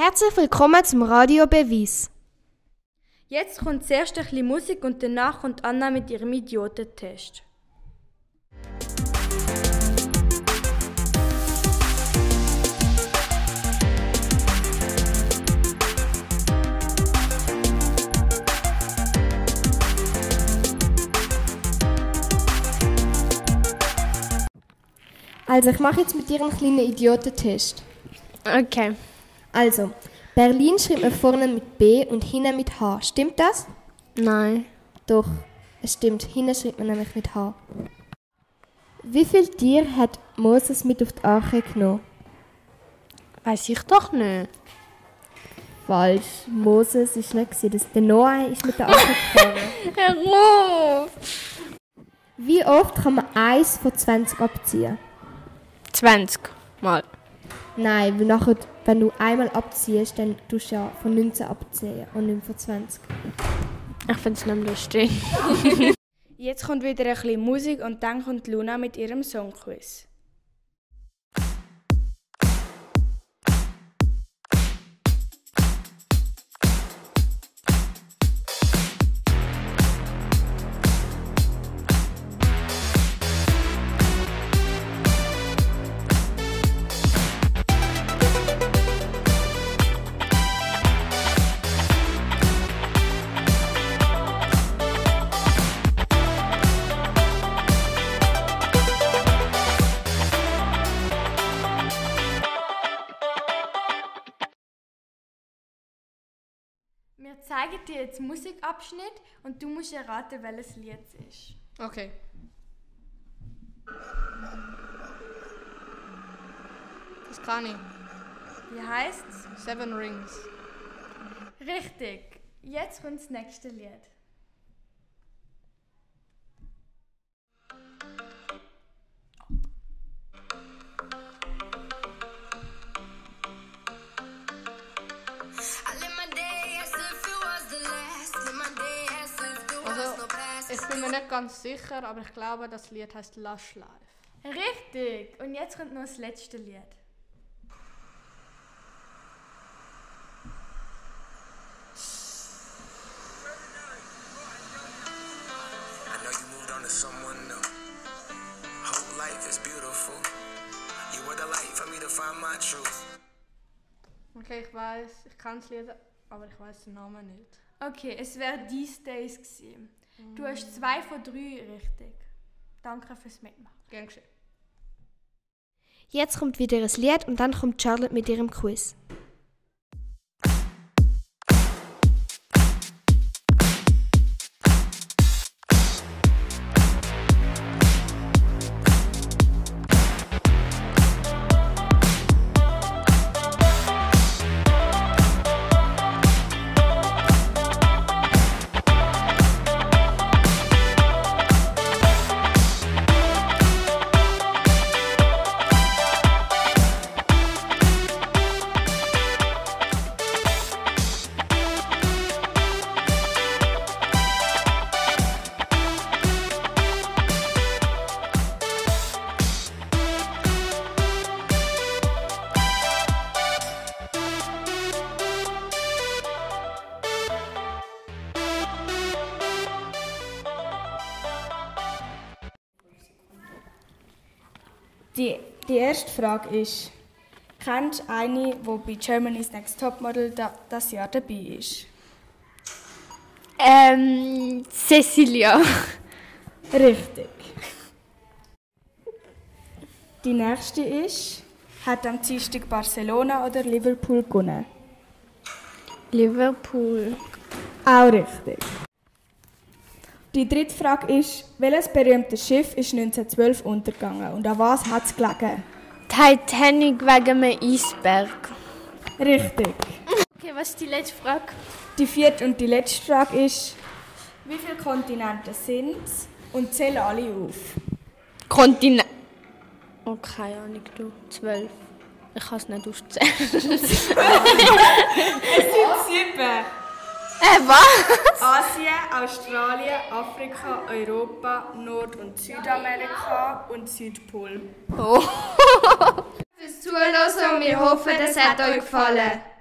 Herzlich willkommen zum Radio Beweis. Jetzt kommt zuerst ein bisschen Musik und danach kommt Anna mit ihrem Idiotentest. Also, ich mache jetzt mit dir einen kleinen Idiotentest. Okay. Also, Berlin schreibt man vorne mit B und hinten mit H. Stimmt das? Nein. Doch, es stimmt. Hinten schreibt man nämlich mit H. Wie viele Tiere hat Moses mit auf die Arche genommen? Weiß ich doch nicht. Falsch. Moses ist nicht gewesen. Der Noah ist mit der Arche gefahren. Herr Ruf! Wie oft kann man 1 von 20 abziehen? 20 Mal. Nein, weil nachher, wenn du einmal abziehst, dann tust du ja von 19 abziehen und nicht von 20. Ich finde es nicht lustig. Jetzt kommt wieder ein bisschen Musik und dann kommt Luna mit ihrem Songquiz. Wir zeigen dir jetzt Musikabschnitt und du musst erraten, welches Lied es ist. Okay. Das kann ich. Wie heisst's? Seven Rings. Richtig. Jetzt kommt das nächste Lied. Ich bin mir nicht ganz sicher, aber ich glaube, das Lied heißt Lush Life. Richtig. Und jetzt kommt noch das letzte Lied. I know you moved on to someone new. Whole life is beautiful. You were the light for me to find my truth. Okay, ich weiß, ich kann das Lied, aber ich weiß den Namen nicht. Okay, es wäre These Days gewesen. Du hast 2 von 3 richtig. Danke fürs Mitmachen. Gern geschehen. Jetzt kommt wieder ein Lied und dann kommt Charlotte mit ihrem Quiz. Die erste Frage ist, kennst du eine, die bei Germany's Next Topmodel das Jahr dabei ist? Cecilia. Richtig. Die nächste ist, hat am Dienstag Barcelona oder Liverpool gewonnen? Liverpool. Auch richtig. Die dritte Frage ist, welches berühmte Schiff ist 1912 untergegangen und an was hat es gelegen? Titanic wegen einem Eisberg. Richtig. Okay, was ist die letzte Frage? Die vierte und die letzte Frage ist, wie viele Kontinente sind es und zählen alle auf? Kontinent. Oh, keine Ahnung, du. 12. Ich kann es nicht auszählen. Es sind 7. Was? Asien, Australien, Afrika, Europa, Nord- und Südamerika und Südpol. Oh. Fürs Zuhören und wir hoffen, es hat euch gefallen.